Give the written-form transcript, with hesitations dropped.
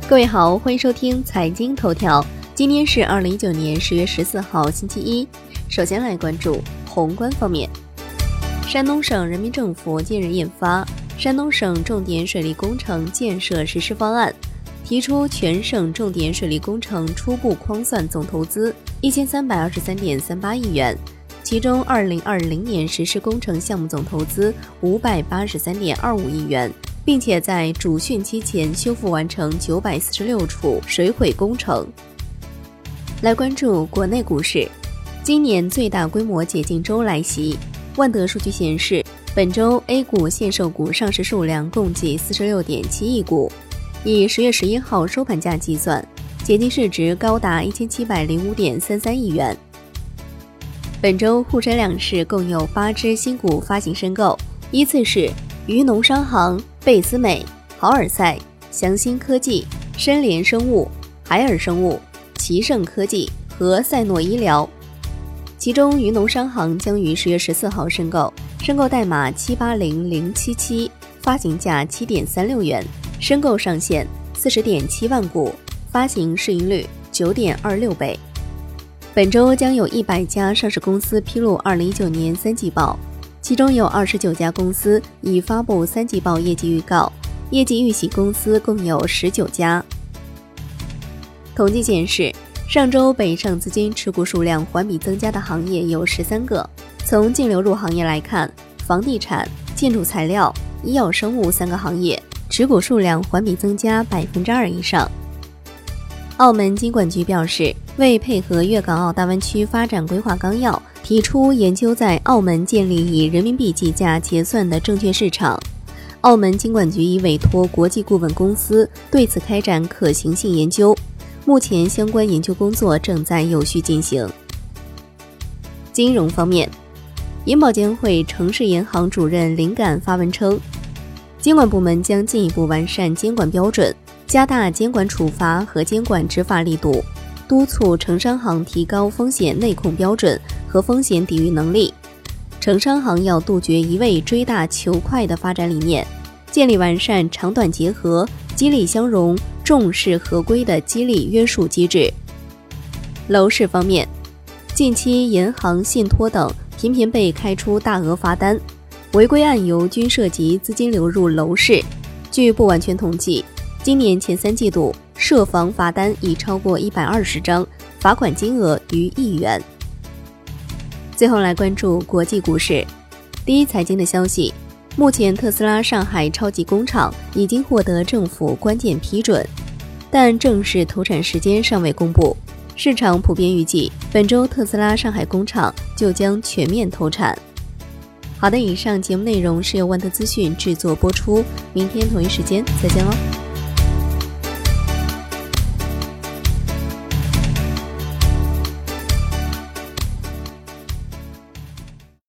各位好，欢迎收听财经头条。今天是2019年10月14号，星期一。首先来关注宏观方面。山东省人民政府近日印发《山东省重点水利工程建设实施方案》，提出全省重点水利工程初步框算总投资1323.38亿元，其中2020年实施工程项目总投资583.25亿元。并且在主汛期前修复完成946处水毁工程。来关注国内股市，今年最大规模解禁周来袭。万德数据显示，本周 A 股限售股上市数量共计46.7亿股，以10月11号收盘价计算，解禁市值高达1705.33亿元。本周沪深两市共有8只新股发行申购，依次是渝农商行、贝斯美、豪尔赛、祥鑫科技、深联生物、海尔生物、奇胜科技和赛诺医疗。其中渝农商行将于10月14号申购，申购代码780077，发行价7.36元，申购上限40.7万股，发行市盈率9.26倍。本周将有100家上市公司披露2019年3季报，其中有29家公司已发布3季报业绩预告，业绩预喜公司共有19家。统计显示，上周北上资金持股数量环比增加的行业有13个。从净流入行业来看，房地产、建筑材料、医药生物3个行业持股数量环比增加2%以上。澳门金管局表示，为配合粤港澳大湾区发展规划纲要，提出研究在澳门建立以人民币计价结算的证券市场。澳门金管局已委托国际顾问公司对此开展可行性研究，目前相关研究工作正在有序进行。金融方面，银保监会城市银行主任林敢发文称，监管部门将进一步完善监管标准，加大监管处罚和监管执法力度，督促城商行提高风险内控标准和风险抵御能力。城商行要杜绝一味追大求快的发展理念，建立完善长短结合、激励相容、重视合规的激励约束机制。楼市方面，近期银行、信托等频频被开出大额罚单，违规案由均涉及资金流入楼市。据不完全统计，今年前3季度涉房罚单已超过120张，罚款金额逾1亿元。最后来关注国际股市。第一财经的消息，目前特斯拉上海超级工厂已经获得政府关键批准，但正式投产时间尚未公布。市场普遍预计本周特斯拉上海工厂就将全面投产。好的，以上节目内容是由万德资讯制作播出，明天同一时间再见喽。